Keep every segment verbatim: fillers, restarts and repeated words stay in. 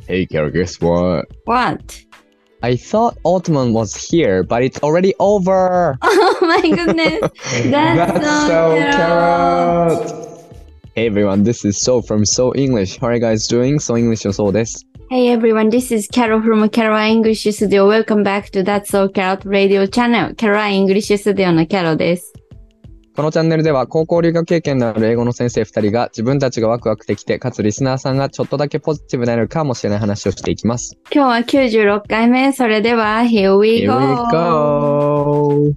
Hey, Carol, guess what? What? I thought autumn was here, but it's already over. Oh my goodness. That's, That's so so carrot. carrot. Hey everyone, this is So from So English. How are you guys doing? So English のそうです。 Hey everyone, this is Carol from Carol English Studio. Welcome back to That's So Carrot Radio Channel. Carol English Studio の Carol です。 このチャンネルでは高校留学経験のある英語の先生ふたりが自分たちがワクワクできて、かつリスナーさんがちょっとだけポジティブになるかもしれない話をしていきます。 今日はきゅうじゅうろっかいめ。それでは Here we go! Here we go!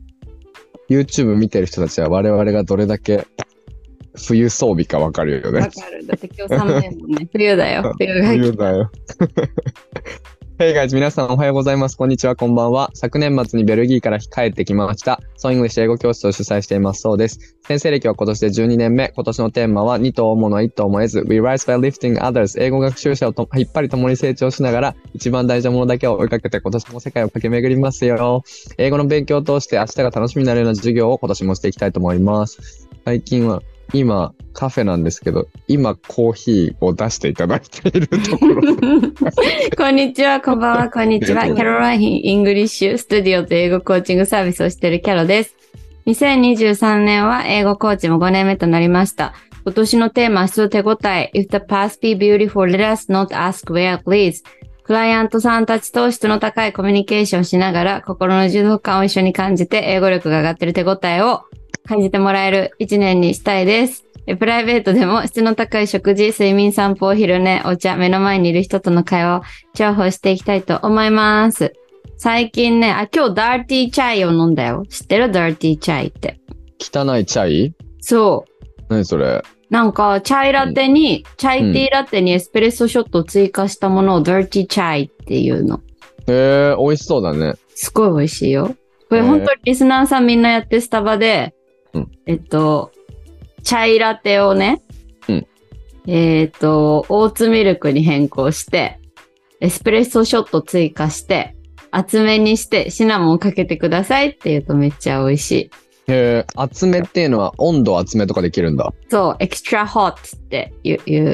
YouTube 見てる人たちは我々がどれだけ冬装備かわかるよね。 わかる。だって今日寒いもんね。冬だよ。冬が冬だよ。Hey guys, 皆さんおはようございます。こんにちは、こんばんは。昨年末にベルギーから帰ってきました。So English 英語教室を主催していますそうです。先生歴は今年でじゅうにねんめ。今年のテーマはに頭ものいっ頭も得ず We rise by lifting others 英語学習者をと引っ張り共に成長しながら一番大事なものだけを追いかけて今年も世界を駆け巡りますよ。英語の勉強を通して明日が楽しみになるような授業を今年もしていきたいと思います。最近は今カフェなんですけど、今コーヒーを出していただいているところこんにちは、こんばんは、こんにちは。キャロライン・イングリッシュ・スタジオという英語コーチングサービスをしているキャロです。にせんにじゅうさんねんは英語コーチもごねんめとなりました。今年のテーマは質と手応え。If the past be beautiful, let us not ask where it leads。クライアントさんたちと質の高いコミュニケーションをしながら、心の充足感を一緒に感じて、英語力が上がっている手応えを感じてもらえる一年にしたいです。プライベートでも質の高い食事、睡眠、散歩、昼寝、お茶、目の前にいる人との会話を重宝していきたいと思います。最近ね、あ、今日ダーティーチャイを飲んだよ。知ってる？ダーティーチャイって。 汚いチャイ？ そう。 何それ？ なんか、チャイラテに、うん、チャイティーラテにエスプレッソショットを追加したものをダーティーチャイっていうの。 へえー、美味しそうだね。 すごい美味しいよ。これ本当にリスナーさんみんなやってスタバで、うん、えっと、チャイラテをね、うん、えっと、オーツミルクに変更して、エスプレッソショット追加して、厚めにしてシナモンかけてくださいって言うとめっちゃ美味しい。 へー、厚めっていうのは温度厚めとかできるんだ。 そう、エクストラホットっていう、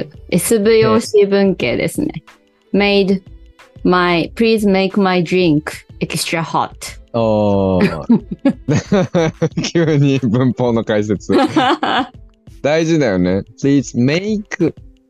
エスブイオーシー 文系ですね。made my, please make my drink extra hot。 あ急に文法の解説大事だよね。Please make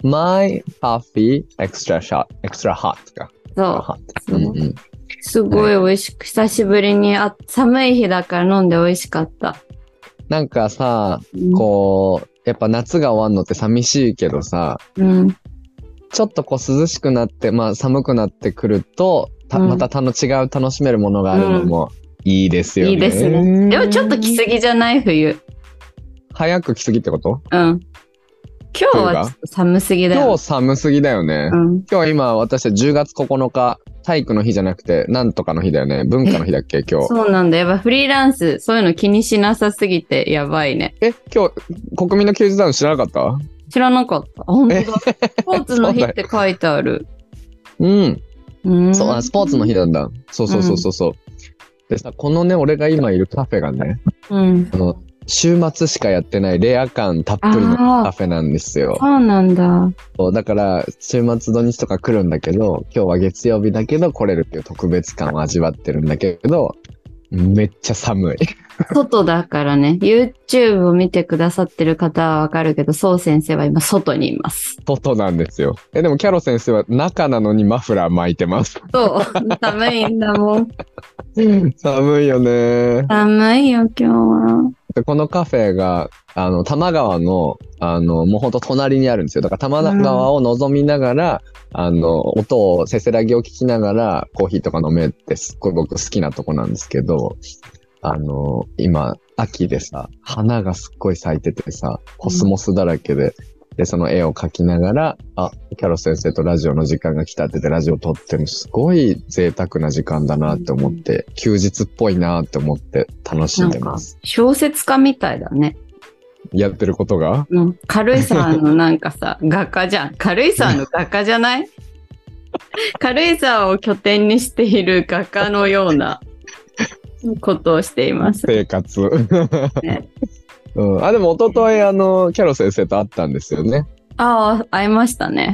my coffee extra hot. extra hot か。 そう、うんうん、すごい美味しく、久しぶりにあ寒い日だから飲んで美味しかった。 なんかさ、こうやっぱ夏が終わるのって寂しいけどさ、うん、ちょっとこう涼しくなってまあ寒くなってくるとたまたたの違う楽しめるものがあるのもいいですよね。 いいですね。でもちょっと来すぎじゃない冬。 早く来すぎってこと？ うん。今日はちょっと寒すぎだよ。 今日寒すぎだよね。うん、今日は今私はじゅうがつここのか体育の日じゃなくてなんとかの日だよね。文化の日だっけ今日。 そうなんだ。やっぱフリーランスそういうの気にしなさすぎてやばいね。 え、今日国民の休日なの知らなかった？ 知らなかった。あ、本当だ。スポーツの日って書いてある。 うん。うんそうあスポーツの日なんだ。そうそうそうそうそう。うん、でさこのね俺が今いるカフェがね、うん、あの週末しかやってないレア感たっぷりのカフェなんですよ。 そうなんだ。 そうだから週末土日とか来るんだけど今日は月曜日だけど来れるっていう特別感を味わってるんだけどめっちゃ寒い。 外だからね。YouTube を見てくださってる方はわかるけど、そう先生は今外にいます。 外なんですよ。え、でもキャロ先生は中なのにマフラー巻いてます。 そう。寒いんだもん。 寒いよね。 寒いよ今日は。 でこのカフェがあの多摩川のあのもうほんと隣にあるんですよ。だから多摩川を望みながら、うん、あの音をせせらぎを聞きながらコーヒーとか飲めってすっごい僕好きなとこなんですけど、あの今秋でさ花がすっごい咲いててさコスモスだらけで、うん、でその絵を描きながらあキャロ先生とラジオの時間が来たっててラジオ撮ってもすごい贅沢な時間だなって思って、うん、休日っぽいなって思って楽しんでます。 小説家みたいだね。 やってることが、 うん、軽井沢のなんかさ画家じゃん。軽井沢の画家じゃない軽井沢を拠点にしている画家のようなことをしています。 生活、ねうん、あでも一昨日あのキャロ先生と会ったんですよね。 ああ会いましたね。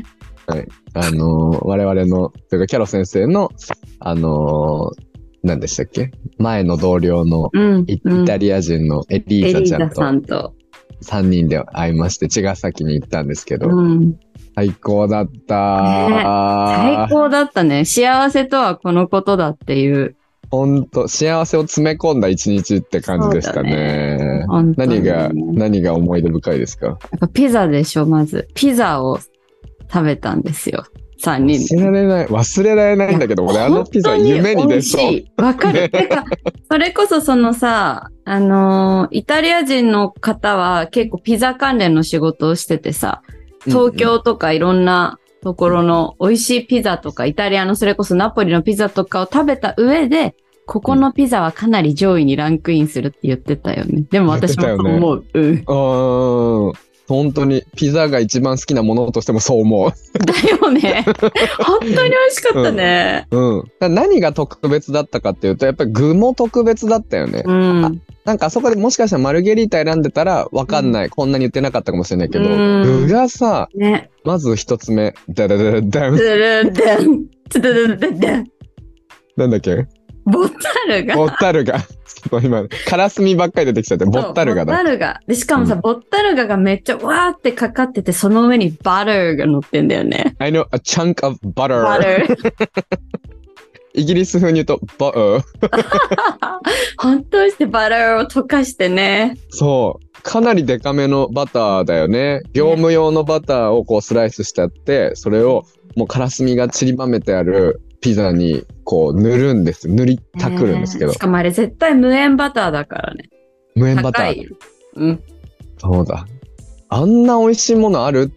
はい。あのー我々の、というかキャロ先生の、あのー何でしたっけ前の同僚のうんイ,、 うんイタリア人のエリエーザリーザさちゃんとんと。 さんにんで会いまして、茅ヶ崎に行ったんですけど、 うん。 最高だった最ー。 高だったね。幸せとはこのことだっていう。 ほんと、幸せを詰め込んだ一日って感じでしたね。 本当に何が、何が思い出深いですか？ やっぱピザでしょ、まず。ピザを食べたんですよ。さんにんで。 忘れられない、忘れられないんだけど、俺あのピザ夢に出そう。 本当に美味しい。わかる。てか、それこそそのさ、あのーイタリア人の方は結構ピザ関連の仕事をしててさ、東京とかいろんなところの美味しいピザとか、イタリアのそれこそナポリのピザとかを食べた上で、ここのピザはかなり上位にランクインするって言ってたよね。でも私もそう思う。うん。 うん。本当にピザが一番好きなものとしてもそう思う。 だよね。本当に美味しかったね。 うん。うん、何が特別だったかっていうと、やっぱり具も特別だったよね。 うん。 なんかあそこでもしかしたらマルゲリータ選んでたらわかんない、うん。こんなに言ってなかったかもしれないけど、具がさ、ね、まず一つ目、ダダダダダン。ダダダダン。ダダダダダン。なんだっけ？ ボッタルガ。 ボッタルガ。今、カラスミばっかり出てきちゃって、ボッタルガだ。 ボッタルガ。で、しかもさ、うん、ボッタルガがめっちゃわーってかかってて、その上にバターが乗ってんだよね。 I know a chunk of butter. butter. イギリス風に言うと、バター。 本当にしてバターを溶かしてね。 そう。かなりデカめのバターだよね。業務用のバターをこうスライスしてあって、それをもうカラスミが散りばめてあるピザにこう塗るんです。塗りたくるんですけど。 しかもあれ絶対無塩バターだからね。 無塩バター。 うん。 そうだ。あんな美味しいものある？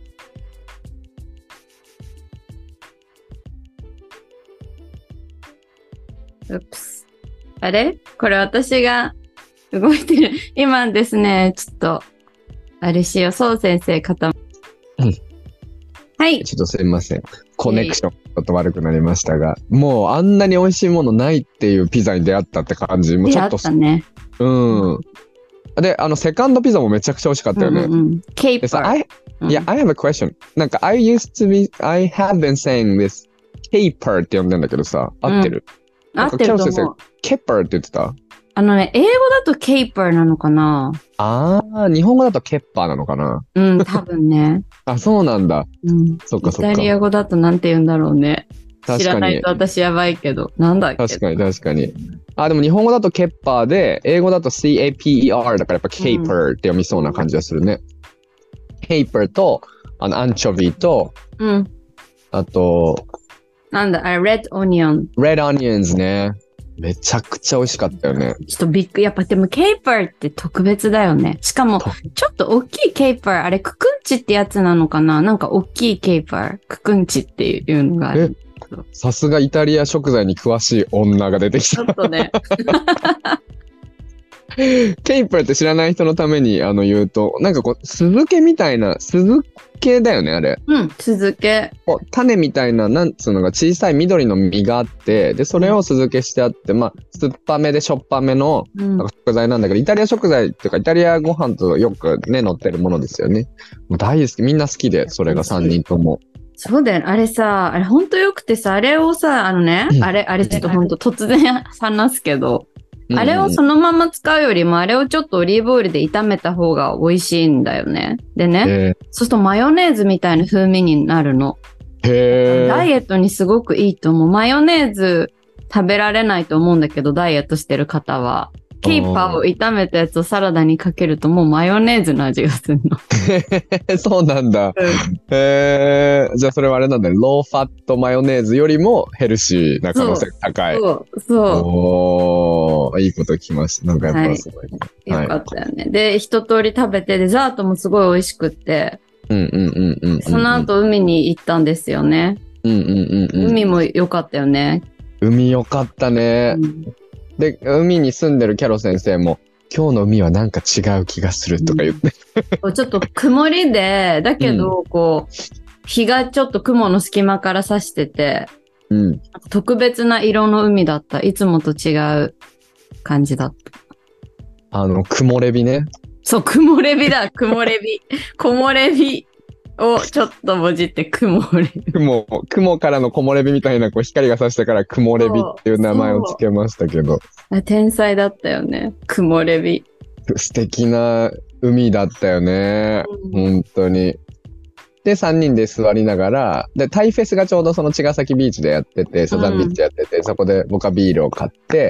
うっす。あれ？これ私が動いてる。今ですね、ちょっと、あれしよう。そう先生、固ま、 うん。 はい。 ちょっとすいません。コネクションちょっと悪くなりましたが、もうあんなに美味しいものないっていうピザに出会ったって感じ。もうちょっと。 出会ったね。 うん。で、あの、セカンドピザもめちゃくちゃ美味しかったよね。うんうん、 ケイパー。 I, yeah, I have a question. なんか、I used to be, I have been saying this caper って呼んでんだけどさ、合ってる？ うん、合ってると思う。 ケッパーって言ってた？ あのね、英語だとケイパーなのかな？ ああ、日本語だとケッパーなのかな？ うん、多分ね。 あ、そうなんだ。 うん。 そっかそっか。 イタリア語だとなんて言うんだろうね。知らないと私やばいけど。なんだっけ？ 確かに確かに。あ、でも日本語だとケッパーで、英語だと シーエーピーイーアール だからやっぱケイパーって読みそうな感じがするね。ケイパーと、あの、アンチョビと、 うん。 あと、 なんだ、あれ、レッドオニオン。 レッドオニオンズね。めちゃくちゃ美味しかったよね。 ちょっとびっくり。やっぱでもケイパーって特別だよね。しかも、ちょっと大きいケイパー、あれ、ククンチってやつなのかな？なんか大きいケイパー、ククンチっていうのがある。 さすがイタリア食材に詳しい女が出てきた。 ちょっとね。 ケイパーって知らない人のためにあの言うと、なんかこう、酢漬けみたいな、酢漬けだよね、あれ。 うん、酢漬け。 種みたいな、なんつうのが小さい緑の実があって、で、それを酢漬けしてあって、まあ、酸っぱめでしょっぱめの食材なんだけど、うん、イタリア食材っていうか、イタリアご飯とよくね、乗ってるものですよね。もう大好き、みんな好きで、それがさんにんとも。 そうだよね。あれさ、あれほんとよくてさ、あれをさ、あのね、うん、あれ、あれちょっとほんと突然話すけど、あれをそのまま使うよりも、あれをちょっとオリーブオイルで炒めた方が美味しいんだよね。でね、そうするとマヨネーズみたいな風味になるの。 へー。 ダイエットにすごくいいと思う。マヨネーズ食べられないと思うんだけど、ダイエットしてる方は。ケイパーを炒めたやつをサラダにかけるともうマヨネーズの味がするの。 そうなんだ。うん、へー。じゃあそれはあれなんだね。ローファットマヨネーズよりもヘルシーな可能性が高い。 そう、そう。 おー、いいこと聞きました。なんかやっぱすごい、 はい。よかったよね。で、一通り食べて、デザートもすごい美味しくって。 うんうんうんうん、うん。 その後海に行ったんですよね。 うんうんうんうん。 海も良かったよね。 海良かったね。うん、で、海に住んでるキャロ先生も、今日の海はなんか違う気がするとか言って。 うん、ちょっと曇りで、だけど、こう、日がちょっと雲の隙間から差してて、 うん、 特別な色の海だった。いつもと違う感じだった。 あの、木漏れ日ね。 そう、木漏れ日だ、木漏れ日。木漏れ日。 をちょっともじって雲レビ。 雲、雲からの木漏れ日みたいなこう光が差してから雲レビっていう名前をつけましたけど。 天才だったよね。雲レビ。 素敵な海だったよね。 うん、 本当に。で、さんにんで座りながら、で、タイフェスがちょうどその茅ヶ崎ビーチでやってて、サザンビーチでやってて、うん、そこで僕はビールを買って、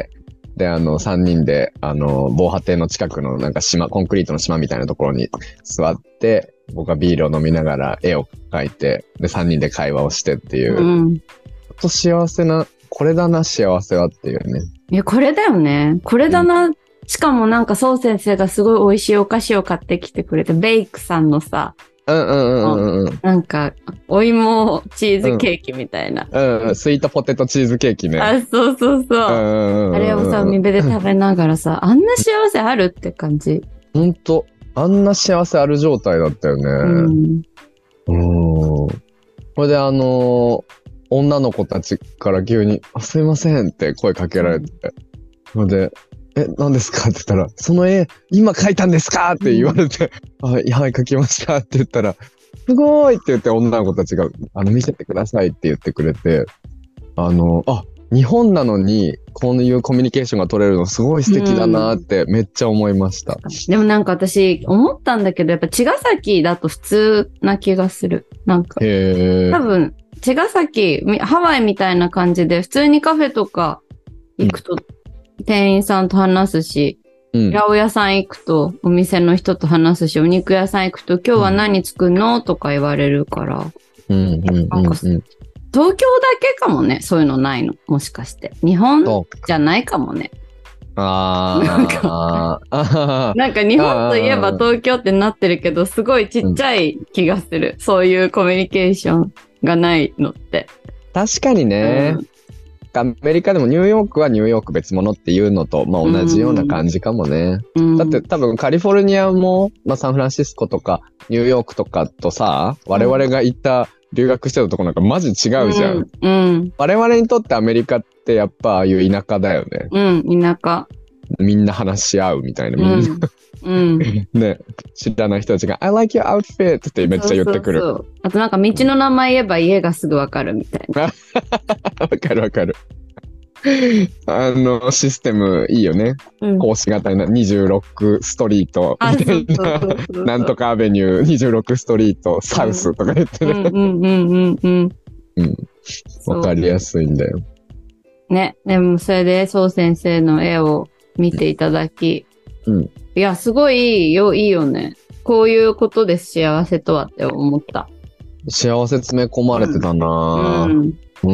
で、あの、さんにんで、あの、防波堤の近くのなんか島、コンクリートの島みたいなところに座って、僕はビールを飲みながら絵を描いて、で、さんにんで会話をしてっていう。うん。ほんと幸せな、これだな、幸せはっていうね。 いや、これだよね。これだな。うん、しかもなんか、そう先生がすごい美味しいお菓子を買ってきてくれて、ベイクさんのさ、 うんうんうんうん。 なんか、お芋チーズケーキみたいな。 うん、うん、スイートポテトチーズケーキね。 あ、そうそうそう。あれをさ、海辺で食べながらさ、あんな幸せあるって感じ。 ほんと、あんな幸せある状態だったよね。うん。うん。これであのー、女の子たちから急に、あ、すいませんって声かけられて。それで、え、何ですかって言ったら、その絵、今描いたんですかって言われて、うん、はい、はい、描きましたって言ったら、すごーいって言って女の子たちが、あの、見せてくださいって言ってくれて、あの、あ、日本なのに、こういうコミュニケーションが取れるのすごい素敵だなってめっちゃ思いました。うん、 でもなんか私、思ったんだけど、やっぱ茅ヶ崎だと普通な気がする。なんか、へー。多分、茅ヶ崎、ハワイみたいな感じで、普通にカフェとか行くと、うん店員さんと話すし、うん、八百屋さん行くとお店の人と話すし、お肉屋さん行くと今日は何作るのとか言われるから、うんうんうんうん、なんか東京だけかもね、そういうのないの。もしかして。日本じゃないかもね。 あなんか、なんか日本といえば東京ってなってるけど、すごいちっちゃい気がする。うん、そういうコミュニケーションがないのって。 確かにね。うんアメリカでもニューヨークはニューヨーク別物っていうのと、まあ、同じような感じかもね。うん、だって多分カリフォルニアも、まあ、サンフランシスコとかニューヨークとかとさ、我々が行った留学してたとこなんかマジ違うじゃん。うんうん、我々にとってアメリカってやっぱああいう田舎だよね。 うん、田舎。 みんな話し合うみたいな。みんな、うんうん、ね、知らない人たちが I like your outfit ってめっちゃ言ってくる。そうそうそうあとなんか道の名前言えば家がすぐわかるみたいな。わかるわかる。あのシステムいいよね。うん、格子型なにじゅうろくストリートみたいな。なんとかアベニューにじゅうろくストリートサウスとか言ってね。うんうんうんうんうん。うん。わかりやすいんだよ。 ね、でもそれでそう先生の絵を見ていただき、うん、いやすごいいいよいいよね。こういうことです幸せとはって思った。 幸せ詰め込まれてたな。うん。うん、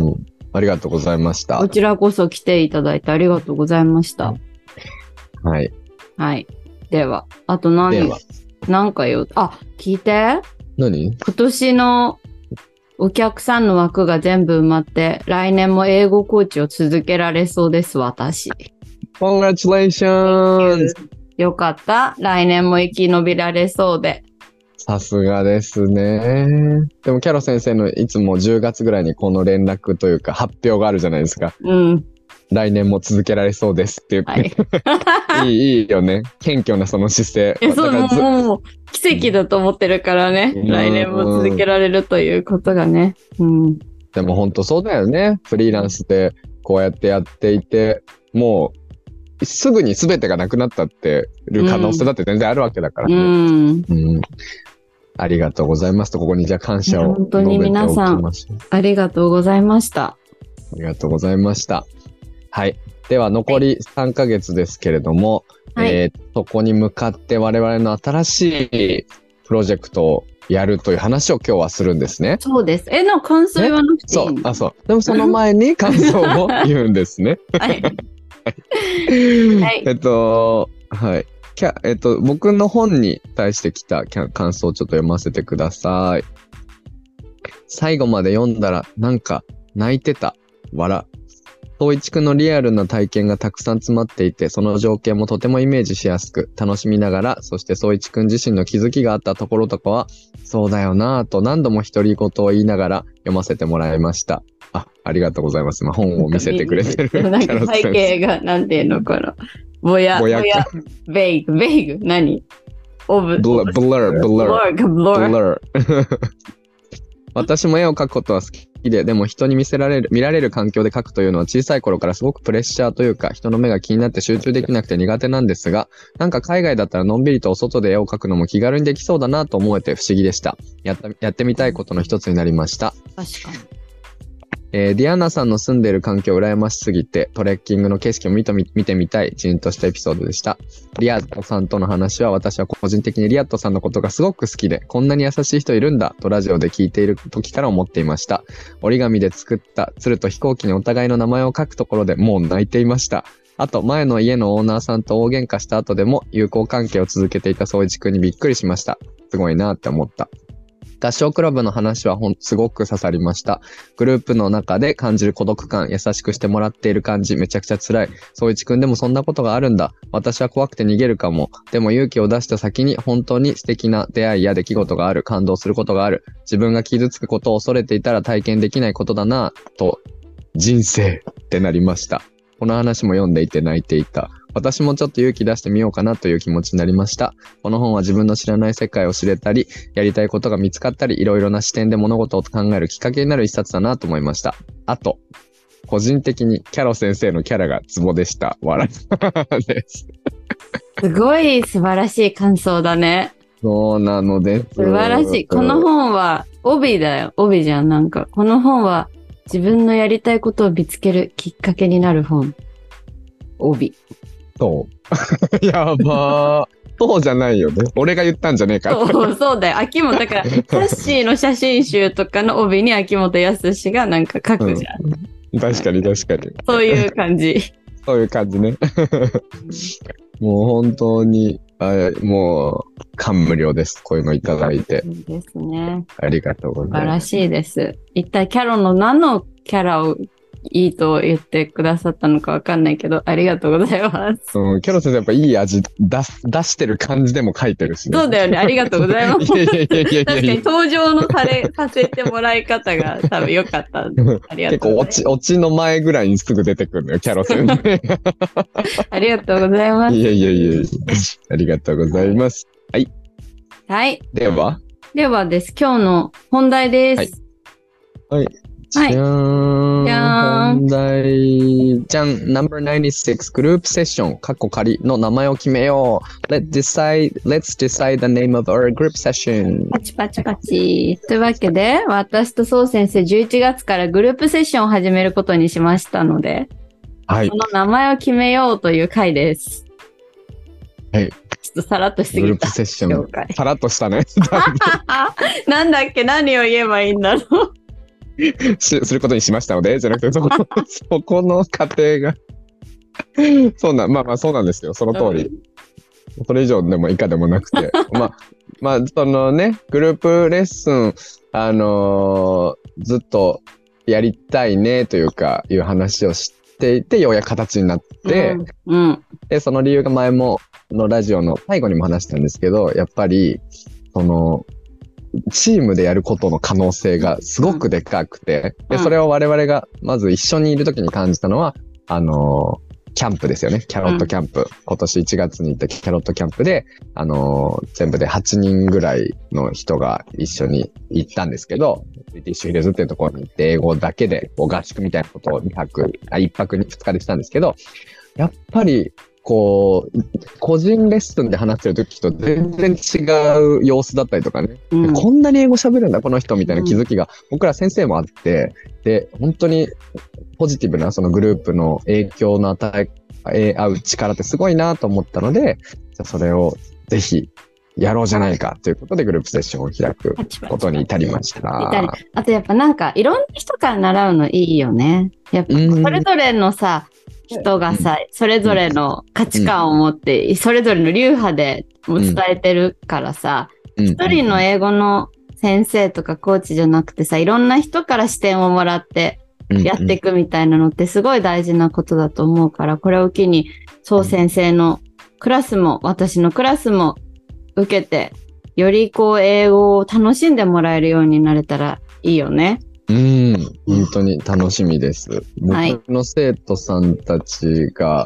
うんありがとうございました。 こちらこそ来ていただいてありがとうございました。 はい。 はい。では、あと何、何か言う、あ、聞いて。 何？ 今年のお客さんの枠が全部埋まって、来年も英語コーチを続けられそうです、私。 Congratulations! よかった。来年も生き延びられそうで。 さすがですね。でもキャロ先生のいつもじゅうがつぐらいにこの連絡というか発表があるじゃないですか。うん。来年も続けられそうですって言って。はい、いい、いいよね。謙虚なその姿勢。 え、そう、もう、奇跡だと思ってるからね。うん、来年も続けられるということがね。うん。 でも本当そうだよね。フリーランスでこうやってやっていて、もう、すぐに全てがなくなったっていう可能性だって全然あるわけだからね。うん。うんありがとうございますと、ここにじゃあ感謝を述べておきましょう。本当に皆さん、 ありがとうございました。 ありがとうございました。はい。では、残りさんかげつですけれども、はい、えー、そこに向かって我々の新しいプロジェクトをやるという話を今日はするんですね。 そうです。えの感想言わなくていいの？ そう、あ、そう。でもその前に感想を言うんですね。はい。はい。えっと、はい。キャえっと、僕の本に対して来た感想をちょっと読ませてください。最後まで読んだらなんか泣いてた。笑。宗一くんのリアルな体験がたくさん詰まっていて、その条件もとてもイメージしやすく、楽しみながら、そして宗一くん自身の気づきがあったところとかは、そうだよなぁと何度も独り言を言いながら読ませてもらいました。あ、ありがとうございます。まあ、本を見せてくれてる。 なんか背景が、なんていうのかな。ぼや、ぼや、ベイグ、ベイグ、何オブ。 ブラ、ブラ、ブラ、 ブラ、ブラ。 ブラ。私も絵を描くことは好きで、でも人に見せられる、見られる環境で描くというのは小さい頃からすごくプレッシャーというか、人の目が気になって集中できなくて苦手なんですが、なんか海外だったらのんびりとお外で絵を描くのも気軽にできそうだなと思えて不思議でした。やった、やってみたいことの一つになりました。 確かに。 えー、ディアンナさんの住んでいる環境羨ましすぎて、トレッキングの景色を見とみ見てみたい、じんとしたエピソードでした。リアットさんとの話は、私は個人的にリアットさんのことがすごく好きで、こんなに優しい人いるんだ、とラジオで聞いている時から思っていました。折り紙で作った鶴と飛行機にお互いの名前を書くところでもう泣いていました。あと、前の家のオーナーさんと大喧嘩した後でも、友好関係を続けていた宗一くんにびっくりしました。すごいなって思った。合唱クラブの話はほんすごく刺さりました。グループの中で感じる孤独感、優しくしてもらっている感じ、めちゃくちゃ辛い。宗一くんでもそんなことがあるんだ。私は怖くて逃げるかも。でも勇気を出した先に本当に素敵な出会いや出来事がある。感動することがある。自分が傷つくことを恐れていたら体験できないことだなぁと、人生ってなりました。この話も読んでいて泣いていた。私もちょっと勇気出してみようかなという気持ちになりました。この本は自分の知らない世界を知れたり、やりたいことが見つかったり、いろいろな視点で物事を考えるきっかけになる一冊だなと思いました。あと、個人的にキャロ先生のキャラがツボでした。笑いです。 すごい素晴らしい感想だね。 そうなのです。 素晴らしい。この本は帯だよ。帯じゃん。なんか、この本は自分のやりたいことを見つけるきっかけになる本。帯。 そう。やばー。そうじゃないよね。俺が言ったんじゃねえか。 そう、そうだよ。秋元、だから、サッシーの写真集とかの帯に秋元康がなんか書くじゃん。 うん、確かに確かに。 そういう感じ。 そういう感じね。もう本当に、あもう、感無量です。こういうのいただいて。 そうですね。 ありがとうございます。 素晴らしいです。一体キャロの何のキャラをいいと言ってくださったのかわかんないけど、ありがとうございます。 うん、キャロ先生やっぱいい味出す、出してる感じでも書いてるしね。 そうだよね。ありがとうございます。 いやいやいやいやいや確かに登場のされ、させてもらい方が多分良かった。ありがとうございます。 結構落ち、落ちの前ぐらいにすぐ出てくるのよ、キャロ先生。 ありがとうございます。 いやいやいやいや、ありがとうございます。はい。 はい。 ではではです。今日の本題です。 はい。はいじゃーん。じゃーん。本題。じゃん。ナンバーナインティシックスグループセッション、カッコ仮の名前を決めよう。Let's decide, let's decide the name of our group session. パチパチパチ。というわけで、私とそう先生じゅういちがつからグループセッションを始めることにしましたので、 はい。 その名前を決めようという回です。 はい。 ちょっとさらっとしすぎた。 グループセッション。さらっとしたね。 なんだっけ何を言えばいいんだろう。 しすることにしましたので、じゃなくて、そこ、そこの過程が。そうな、まあまあそうなんですよ。その通り。うん、それ以上でも以下でもなくて。まあ、まあ、そのね、グループレッスン、あのー、ずっとやりたいねというか、いう話をしていて、ようやく形になって、 うんうん、 で、その理由が前も、のラジオの最後にも話したんですけど、やっぱり、その、チームでやることの可能性がすごくでかくて、で、それを我々がまず一緒にいるときに感じたのは、あのー、キャンプですよね。キャロットキャンプ。うん、今年いちがつに行ったキャロットキャンプで、あのー、全部ではちにんぐらいの人が一緒に行ったんですけど、ブリティッシュヒルズっていうところに行って、英語だけで、こう合宿みたいなことをにはく、あ、いっぱくにふつかでしたんですけど、やっぱり、こう、個人レッスンで話してる時と全然違う様子だったりとかね、うん、こんなに英語喋るんだこの人みたいな気づきが、僕ら先生もあって、で、本当にポジティブなそのグループの影響の与え合う力ってすごいなと思ったので、じゃあそれをぜひやろうじゃないかということでグループセッションを開くことに至りました。 あとやっぱなんかいろんな人から習うのいいよね。やっぱそれぞれのさ、人がさ、それぞれの価値観を持って、それぞれの流派で伝えてるからさ、一人の英語の先生とかコーチじゃなくてさ、いろんな人から視点をもらってやっていくみたいなのってすごい大事なことだと思うから、これを機に、そう先生のクラスも、私のクラスも受けて、よりこう英語を楽しんでもらえるようになれたらいいよね。 うん、本当に楽しみです。僕の生徒さんたちが、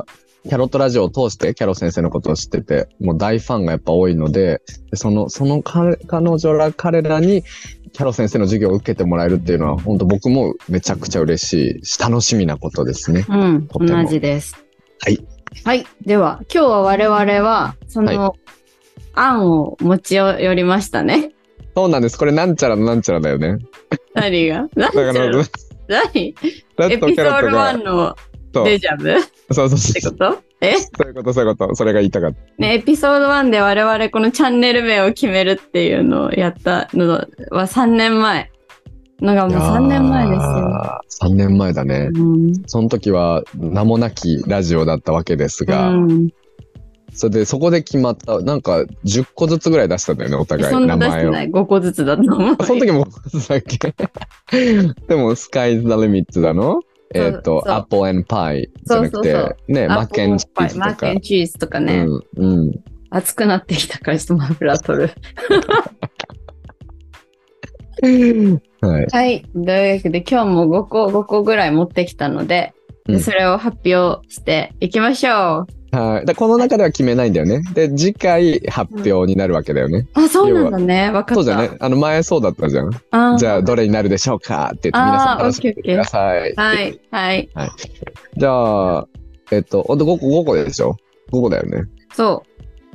キャロットラジオを通してキャロ先生のことを知ってて、もう大ファンがやっぱ多いので、でその、その彼、彼女ら彼らにキャロ先生の授業を受けてもらえるっていうのは、本当僕もめちゃくちゃ嬉しいし、楽しみなことですね。 うん、 とても同じです。 はい。 はい。では、今日は我々は、その、はい、案を持ち寄りましたね。 そうなんです。これなんちゃらのなんちゃらだよね。 何が何ちゃら何エピソードワンのデジャブそうそうそう。 ってことえそういうこと、そういうこと。それが言いたかった。 ね、エピソードワンで我々このチャンネル名を決めるっていうのをやったのはさんねんまえ。のがもうさんねんまえですよ。 さんねんまえだね。うん、その時は名もなきラジオだったわけですが、うん、それでそこで決まった、なんかじゅっこずつぐらい出したんだよね、お互い。 そんな出してない。ごこずつだと思う。 その時もごこずつだっけでも、スカイズ・ザ・リミッツだのえっと、アップル・エン・パイじゃなくて、そうそうそうね、マッケンチーズとか。 マッケンチーズとかね。うん。うん、熱くなってきたからちょっとマフラー取る。はい。はい。というわけで今日もごこ、ごこぐらい持ってきたので、でそれを発表していきましょう。はい。でこの中では決めないんだよね。で、次回発表になるわけだよね。 うん、あ、そうなんだね。わかった。 そうじゃね。あの前そうだったじゃん。あじゃあどれになるでしょうかって言って皆さん楽しみにしてください。 はい。はい。はい。 じゃあ、えっと、ごこ、ごこでしょ ?ご 個だよね。 そう。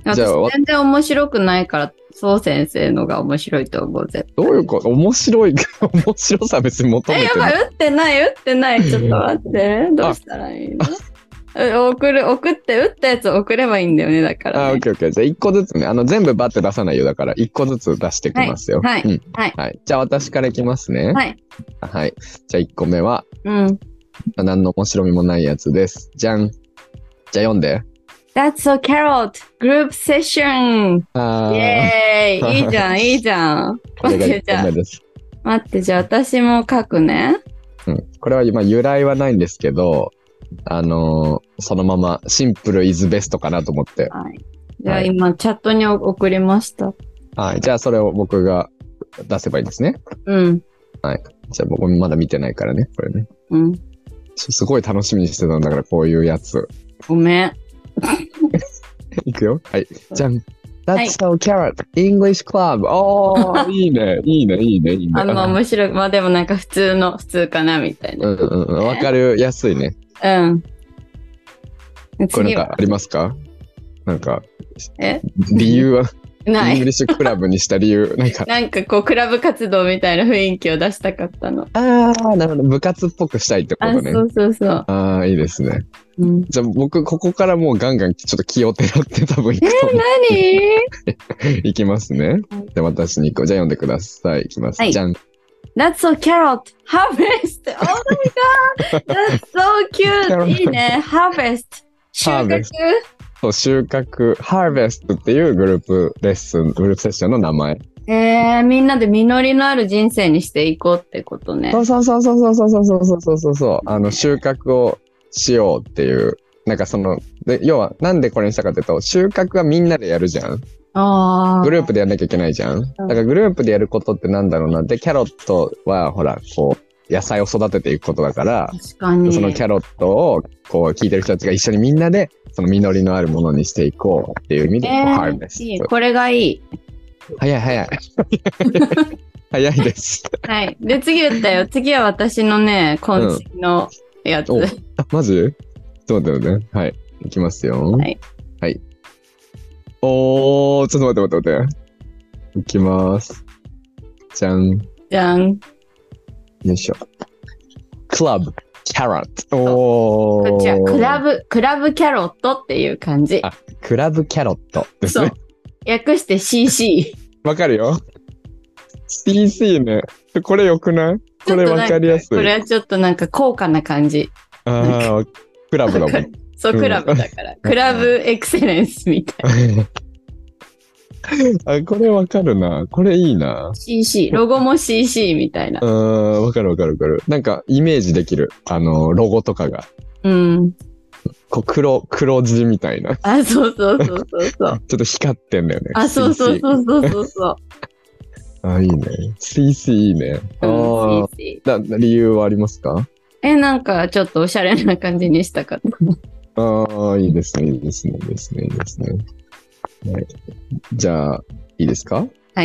私全然面白くないから、そう先生のが面白いと思うぜ。 どういうこと面白い面白さ別に求めてない。え、やばい、打ってない、打ってない。ちょっと待って。どうしたらいいの送る、送って、打ったやつ送ればいいんだよね、だから、ね。 あ、オッケーオッケー。じゃあいっこずつね。あの、全部バッて出さないよ。だから、いっこずつ出してきますよ。 はい。 うん、 はい。 はい。じゃあ私からいきますね。 はい。 はい。じゃあいっこめは、 うん。 何の面白みもないやつです。じゃん。じゃあ読んで。 That's so carrot! Group session! イェーイいいじゃん、いいじゃん。 待って、じゃあ。 待って、じゃあ私も書くね。 うん。これは今由来はないんですけど、あのー、そのままシンプルイズベストかなと思って。 はい。じゃあ今、はい、チャットに送りました。 はい。じゃあそれを僕が出せばいいですね。 うん。 はい。じゃあ僕まだ見てないからね、これね。 うん。 すごい楽しみにしてたんだから、こういうやつ。 ごめん。 いくよ。はい。じゃん。That's so carrot. English club. おー、いいね。いいね。いいね。いいね。 あんま面白い。まあでもなんか普通の、普通かなみたいな。 うんうんうん。わかるやすいね。 うん。 これなんかありますかなんか、 え理由はない。 イングリッシュクラブにした理由、なんか。 なんかこう、クラブ活動みたいな雰囲気を出したかったの。 ああ、なるほど。部活っぽくしたいってことね。 あ、そうそうそう。 ああ、いいですね。 うん、 じゃあ僕、ここからもうガンガンちょっと気をてらって多分行くと思う。 えー、 何いきますね。じゃあ私に行こう。じゃあ読んでください。いきます。はい、じゃん。 That's so carrot! Harvest! Oh my god! That's so cute! いいね。Harvest! 収穫そう、収穫、Harvest っていうグループレッスン、グループセッションの名前。 えー、みんなで実りのある人生にしていこうってことね。 そうそうそうそうそうそうそうそうそうそう。あの、収穫をしようっていう。なんかその、で、要は、なんでこれにしたかっていうと、収穫はみんなでやるじゃん。 あグループでやんなきゃいけないじゃん。だからグループでやることってなんだろうな。で、キャロットは、ほら、こう、野菜を育てていくことだから、 確かにそのキャロットを、こう、聞いてる人たちが一緒にみんなで、その実りのあるものにしていこうっていう意味で、 えー、ハーベスト。いい、これがいい。 早い早い。早いです。 はい。で、次言ったよ。次は私のね、渾身のやつ。 うん、あ、マジそうだよね。はい。いきますよ。 はい。 はい。おー、ちょっと待って待って待って。いきます。じゃん。 じゃん。 よいしょ。クラブ。キャロット。おー。 こっちはクラブ、クラブキャロットっていう感じ。 あ、クラブキャロットですね。そう。 略して シーシー。わかるよ。シーシー ね。これよくない？これわかりやすい。 これはちょっとなんか高価な感じ。 ああ、クラブだもん。 そう、クラブだから。クラブエクセレンスみたいな。 あ、これわかるな。これいいな。 シーシー。ロゴも シーシー みたいな。 うん、わかるわかるわかる。なんかイメージできる。あの、ロゴとかが。 うん。 こう黒、黒字みたいな。 あ、そうそうそうそうそう。ちょっと光ってんだよね。 あ、そうそうそうそうそうそう。 あ、いいね。シーシー いいね。ああ、うん、だ理由はありますか？ え、なんかちょっとおしゃれな感じにしたかった。 ああ、いいですね、いいですね、いいですね、いいですね。はい、じゃあ、いいですか？ はい。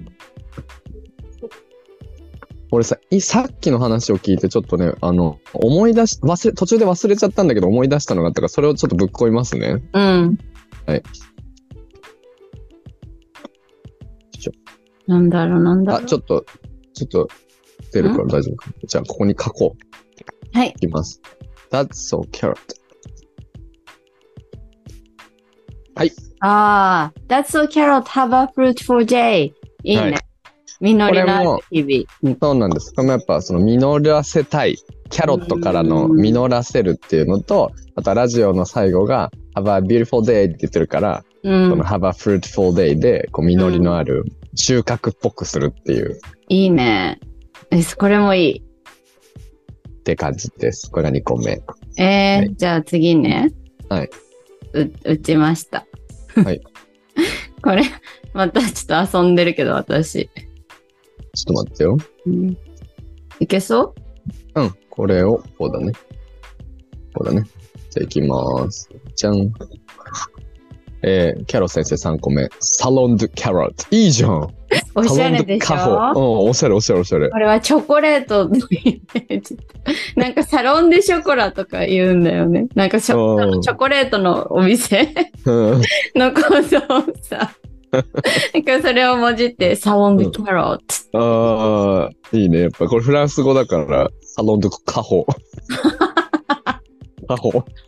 俺さ、いさっきの話を聞いて、ちょっとね、あの、思い出し、忘れ、途中で忘れちゃったんだけど、思い出したのがあったから、それをちょっとぶっこいますね。 うん。 はい。 なんだろう、なんだろう。 あ、ちょっと、ちょっと、出るから大丈夫か。じゃあ、ここに書こう。 はい。 いきます。That's so carrot. はい。 ああ、That's so carrot, have a fruitful day. いいね。はい、実りのある日々。 そうなんです。これもやっぱ、その実らせたい。キャロットからの実らせるっていうのと、あとはラジオの最後が Have a beautiful day って言ってるから、うん、その Have a fruitful day でこう実りのある収穫っぽくするっていう。 いいね。これもいい。 って感じです。これがにこめ。 えー、はい、じゃあ次ね。 はい。 う、打ちました。 はい。 これ、またちょっと遊んでるけど、私。 ちょっと待ってよ。 うん、いけそう？ うん。これを、こうだね。こうだね。じゃあ行きまーす。じゃん。えー、キャロ先生さんこめ。サロンドキャロット。いいじゃん。 おしゃれでしょ？ うん、おしゃれおしゃれおしゃれ。 これはチョコレートのイメージ。なんかサロンでショコラとか言うんだよね。なんかショチョコレートのお店のことをさ。なんかそれをもじってサロンドキャロット。 うん、ああ、いいね。やっぱこれフランス語だからサロンドカホ。カホ。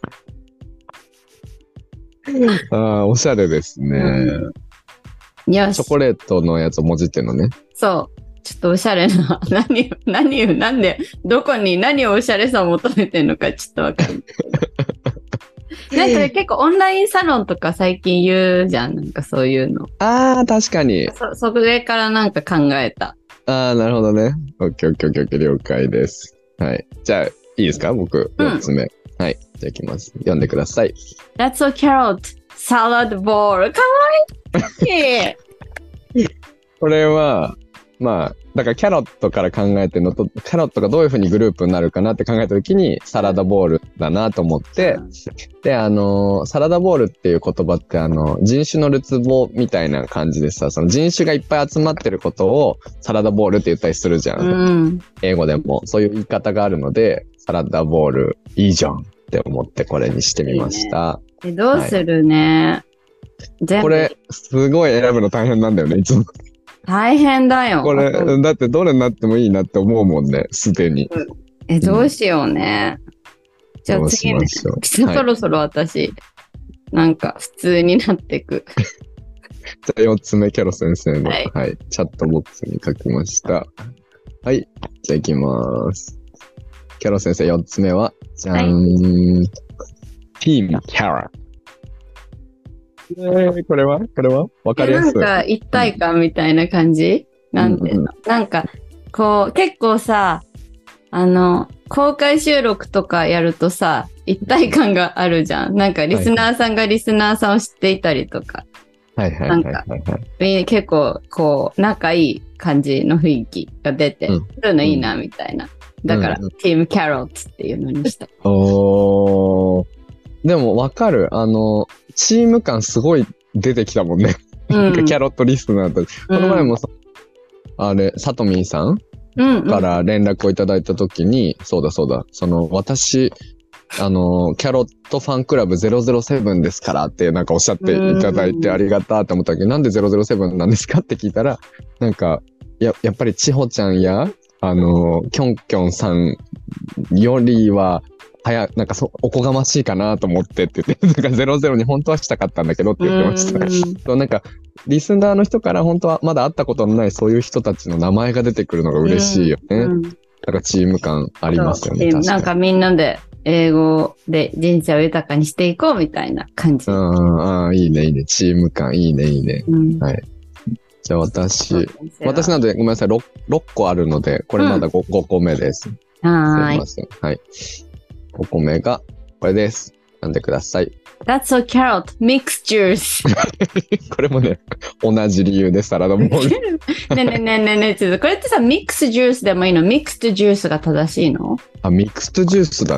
ああ、おしゃれですね。 うん、よし。 チョコレートのやつをもじってんのね。 そう。ちょっとおしゃれな。何、何、なんで、どこに何をおしゃれさを求めてんのかちょっとわかんない。なんか結構オンラインサロンとか最近言うじゃん。なんかそういうの。 ああ、確かに。 そ、それからなんか考えた。 ああ、なるほどね。オッケーオッケーオッケーオッケー、了解です。はい。じゃあ、いいですか？僕、よっつめ。うん、はい。じゃあ、いきます。読んでください。 That's a carrot salad bowl. かわいい。 これは、まあ、だからキャロットから考えてるのと、キャロットがどういう風にグループになるかなって考えたときに、サラダボールだなと思って、で、あの、サラダボールっていう言葉って、あの、人種のるつぼみたいな感じでさ、その人種がいっぱい集まってることをサラダボールって言ったりするじゃん。うん、英語でも。そういう言い方があるので、サラダボールいいじゃんって思ってこれにしてみました。 いいね、え、どうするね、 はい、これ、すごい選ぶの大変なんだよね、いつも。 大変だよ。 これ、だってどれになってもいいなって思うもんね、すでに。 え、どうしようね。うん、じゃあ次ね、そろそろ私、はい、なんか普通になってく。 じゃあよっつめ、キャロ先生の、はい、はい、チャットボックスに書きました。はい、じゃあ行きまーす。キャロ先生よっつめは、じゃーん、はい、ティームキャラ。えー、これはこれはわかりやすい。 なんか一体感みたいな感じ、うん、なんていうの、うんうん、なんかこう結構さ、あの公開収録とかやるとさ、一体感があるじゃん。なんかリスナーさんがリスナーさんを知っていたりとか、 はいはいはいはい、はい、 なんか結構こう仲いい感じの雰囲気が出て、うん、そういうのいいなみたいな。だから、うんうん、チームキャロットっていうのにした。 おー。でもわかる。あの、チーム感すごい出てきたもんね。うん、なんかキャロットリストナーと。この前もさ、うん、あれ、さとみんさんから連絡をいただいたときに、うんうん、そうだそうだ、その、私、あの、キャロットファンクラブゼロゼロセブンですからってなんかおっしゃっていただいてありがたって思ったけど、なんでゼロゼロセブンなんですかって聞いたら、なんか、や、やっぱり千穂ちゃんや、あの、きょんきょんさんよりは、早、なんかそ、おこがましいかなと思ってって言って、なんかゼロゼロに本当はしたかったんだけどって言ってました。うんなんか、リスナーの人から本当はまだ会ったことのないそういう人たちの名前が出てくるのが嬉しいよね。うん、だからチーム感ありますよね。確かに。 なんかみんなで英語で人生を豊かにしていこうみたいな感じ。 ああ、いいね、いいね。チーム感、いいね、いいね。うん、はい。じゃあ私、私なのでごめんなさい、ろっ, ろっこあるので、これまだ 5,、うん、ごこめです。 はい。 すいません。はい。ごこめがこれです。読んでください。 That's a carrot mixed juice. これもね、同じ理由でサラダボール。 ねえねえねえねえねえ、これってさ、ミックスジュースでもいいの？ミックスジュースが正しいの？ あ、ミックスジュースだね。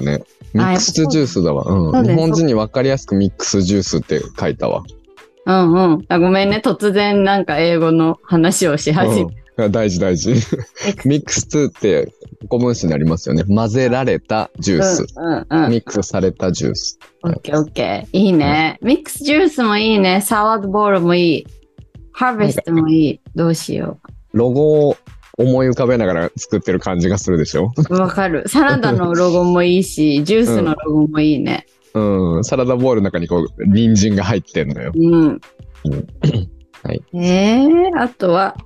ミックスジュースだわ。うん。日本人に分かりやすくミックスジュースって書いたわ。 うんうん。あ、ごめんね。突然なんか英語の話をし始め、 うん、大事大事。ミックスって古文詞になりますよね。混ぜられたジュース。 うんうんうん、 ミックスされたジュース。 オッケーオッケー。いいね。ミックスジュースもいいね。サワードボールもいい。ハーベストもいい。どうしよう。ロゴを思い浮かべながら作ってる感じがするでしょ？ わかる。サラダのロゴもいいし、ジュースのロゴもいいね。 うん、うん、サラダボールの中にこう、人参が入ってんのよ。 うん。うん、 はい。 えー、あとは、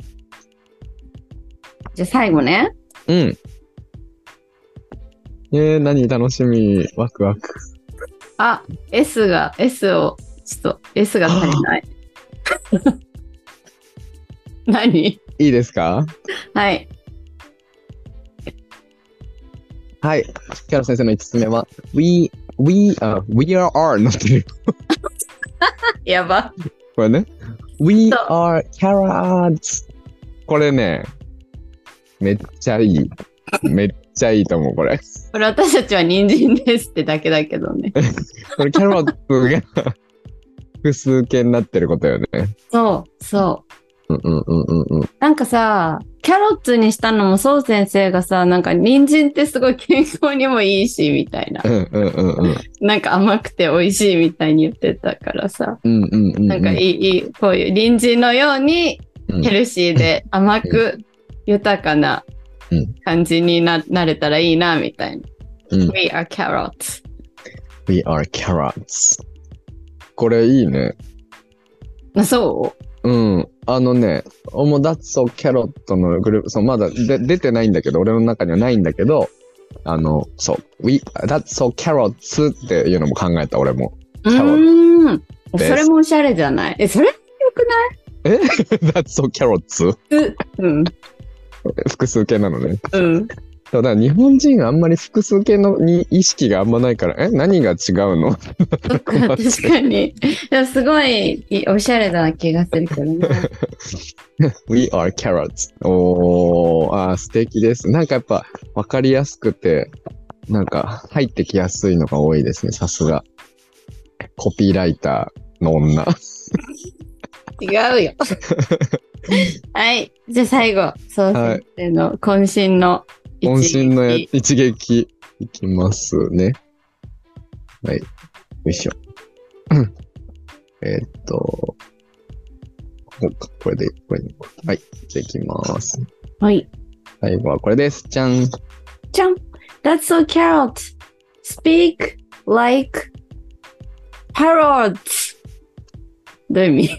じゃあ最後ね。 うん。えー、何楽しみ。ワクワク。 あ、S が、S を、ちょっと S が足りない。何？ いいですか？ はい。 はい。キャロ先生のいつつめは、We, we, uh, we are, are のってる。 やば。 これね。We are carrots. これね、めっちゃいい。めっちゃいいと思う、これ。 これ私たちは人参ですってだけだけどね。 これキャロットが複数形になってることよね。 そう、そう。 うんうんうんうんうん。 なんかさ、キャロッツにしたのもそう先生がさ、なんか人参ってすごい健康にもいいし、みたいな。 うんうんうんうん。 なんか甘くて美味しいみたいに言ってたからさ。 うんうんうんうん。 なんかいい、いい、こういう人参のようにヘルシーで甘く豊かな感じに な, なれたらいいな、みたいな。うん、We are carrots. We are carrots. これいいね。 そううん。あのね、もう That's so carrot のグループ、そうまだで出てないんだけど、俺の中にはないんだけど、あの、そう、We, That's so carrots っていうのも考えた、俺も。 うーん。それもおしゃれじゃない？え、それよくない？え？That's so carrots? うん。 複数形なのね。 うん。 だから日本人はあんまり複数形のに意識があんまないから、え何が違うの？ 確かに。すごいおしゃれな気がするけどね。 We are carrots. おー、あー素敵です。なんかやっぱ分かりやすくて、なんか入ってきやすいのが多いですね、さすが。コピーライターの女。 違うよ。はい。じゃあ最後、そう先生の渾身の渾身のや一撃いきますね。はい。よいしょ。えーっと、ここれで、これで。はい。じゃあいきます。 はい。 最後はこれです。じゃん。 じゃん。That's so carrot. Speak like parrots. どういう意味？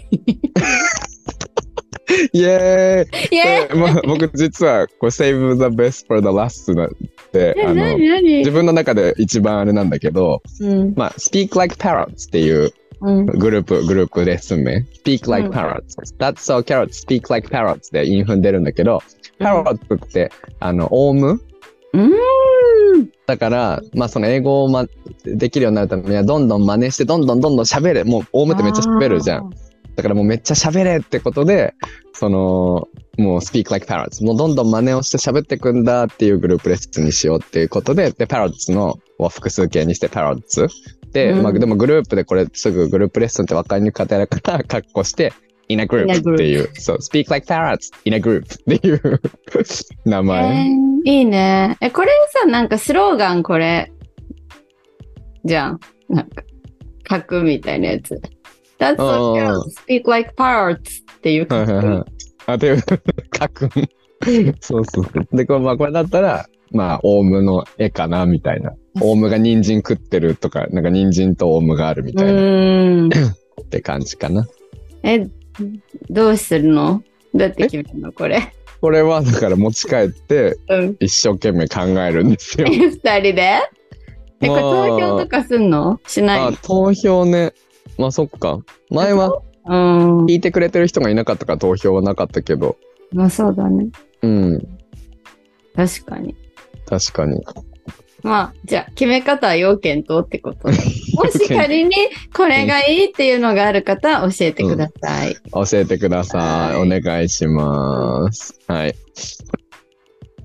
イェーイ、 イェーイ、 まあ、僕実はこれ Save the best for the last なんてあの自分の中で一番あれなんだけど、うん、まあ Speak like parrots っていうグループ、うん、グループレッスン名 Speak like parrots、うん、That's so carrots Speak like parrots でインフン出るんだけど、うん、parrot ってあのオウム、うん、だからまあその英語を、ま、できるようになるためにはどんどん真似してどんどんどんどん喋れ、もうオウムってめっちゃ喋るじゃん。だからもうめっちゃ喋れってことで、その、もう speak like parrots。もうどんどん真似をして喋ってくんだっていうグループレッスンにしようっていうことで、で、parrots のを複数形にして parrots。で、うん、まあでもグループでこれすぐグループレッスンって分かりにくかったからカッコして、in a group っていう、そう、speak like parrots in a group っていう名前、 えー。いいね。え、これさ、なんかスローガンこれ、じゃん。なんか、書くみたいなやつ。That's so carrots, speak like parrots っていう書く。 あ、ていう、書く。そうそう。で、これ、まあ、これだったら、まあ、オウムの絵かな、みたいな。オウムが人参食ってるとか、なんか人参とオウムがあるみたいな。うーんって感じかな。 え、どうするの？どうやって決めるのこれ。 これは、だから持ち帰って、一生懸命考えるんですよ。 うん、二人で？え、これ投票とかすんの？しない？ あ、投票ね。まあそっか。前は聞いてくれてる人がいなかったから投票はなかったけど。 まあそうだね。 うん。 確かに。 確かに。 まあじゃあ決め方は要検討ってことで。もし仮にこれがいいっていうのがある方は教えてください。 うん、教えてください。お願いします。はい。じ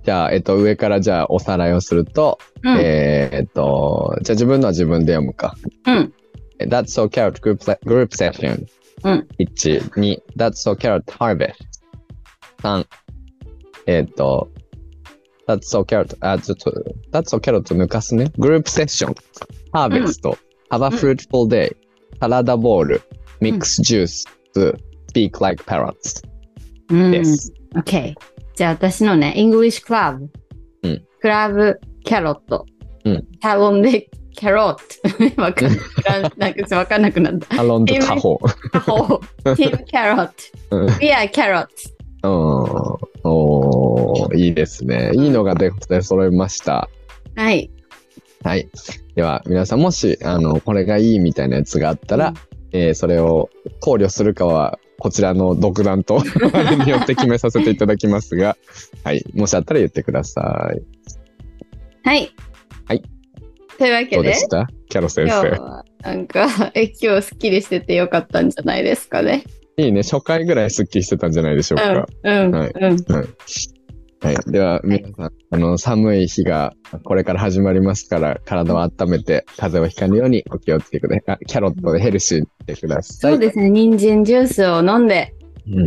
じゃあ、えっと、上からじゃあおさらいをすると、 うん。 えーえっと、じゃあ自分のは自分で読むか。 うん。 That's so carrot group, se- group session。 うん。 いち、に、That's so carrot harvest。さん、えっと、That's so carrot、あ、ちょっと、That's so carrot 抜かすね。グループセッション、harvest、have a fruitful day、サラダボール、mix juice、speak like parrots うん。 です。 OK。じゃあ私のね、English Club。 うん。 クラブキャロット。 うん。 タロンでキャロット。わかんなんかわかんなくなった。 タロンとタホ。 タホ。ティームキャロット。We are carrots。 おー、おー、いいですね。いいのが出揃いました。 はい。 はい。では、皆さんもし、あの、これがいいみたいなやつがあったら、うん、えー、それを考慮するかは、こちらの独断とによって決めさせていただきますが、はい。もしあったら言ってください。 はい。 はい。 というわけで。 どうでしたキャロ先生。 今日は、なんか、え、今日スッキリしててよかったんじゃないですかね。 いいね。初回ぐらいスッキリしてたんじゃないでしょうか。 うん。うん。 はい。 うん。 はい。はい。では、皆さん、あの、寒い日がこれから始まりますから、体を温めて、風邪をひかぬようにお気をつけください。キャロットでヘルシーにしてください。 そうですね。人参ジュースを飲んで。 うん。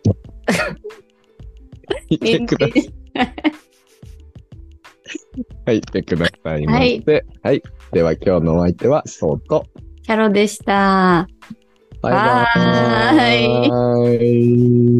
いてください。はい、いてくださいませ。はい。はい。では、今日のお相手は、そうと、 キャロでした。 バイバーイ。バイ。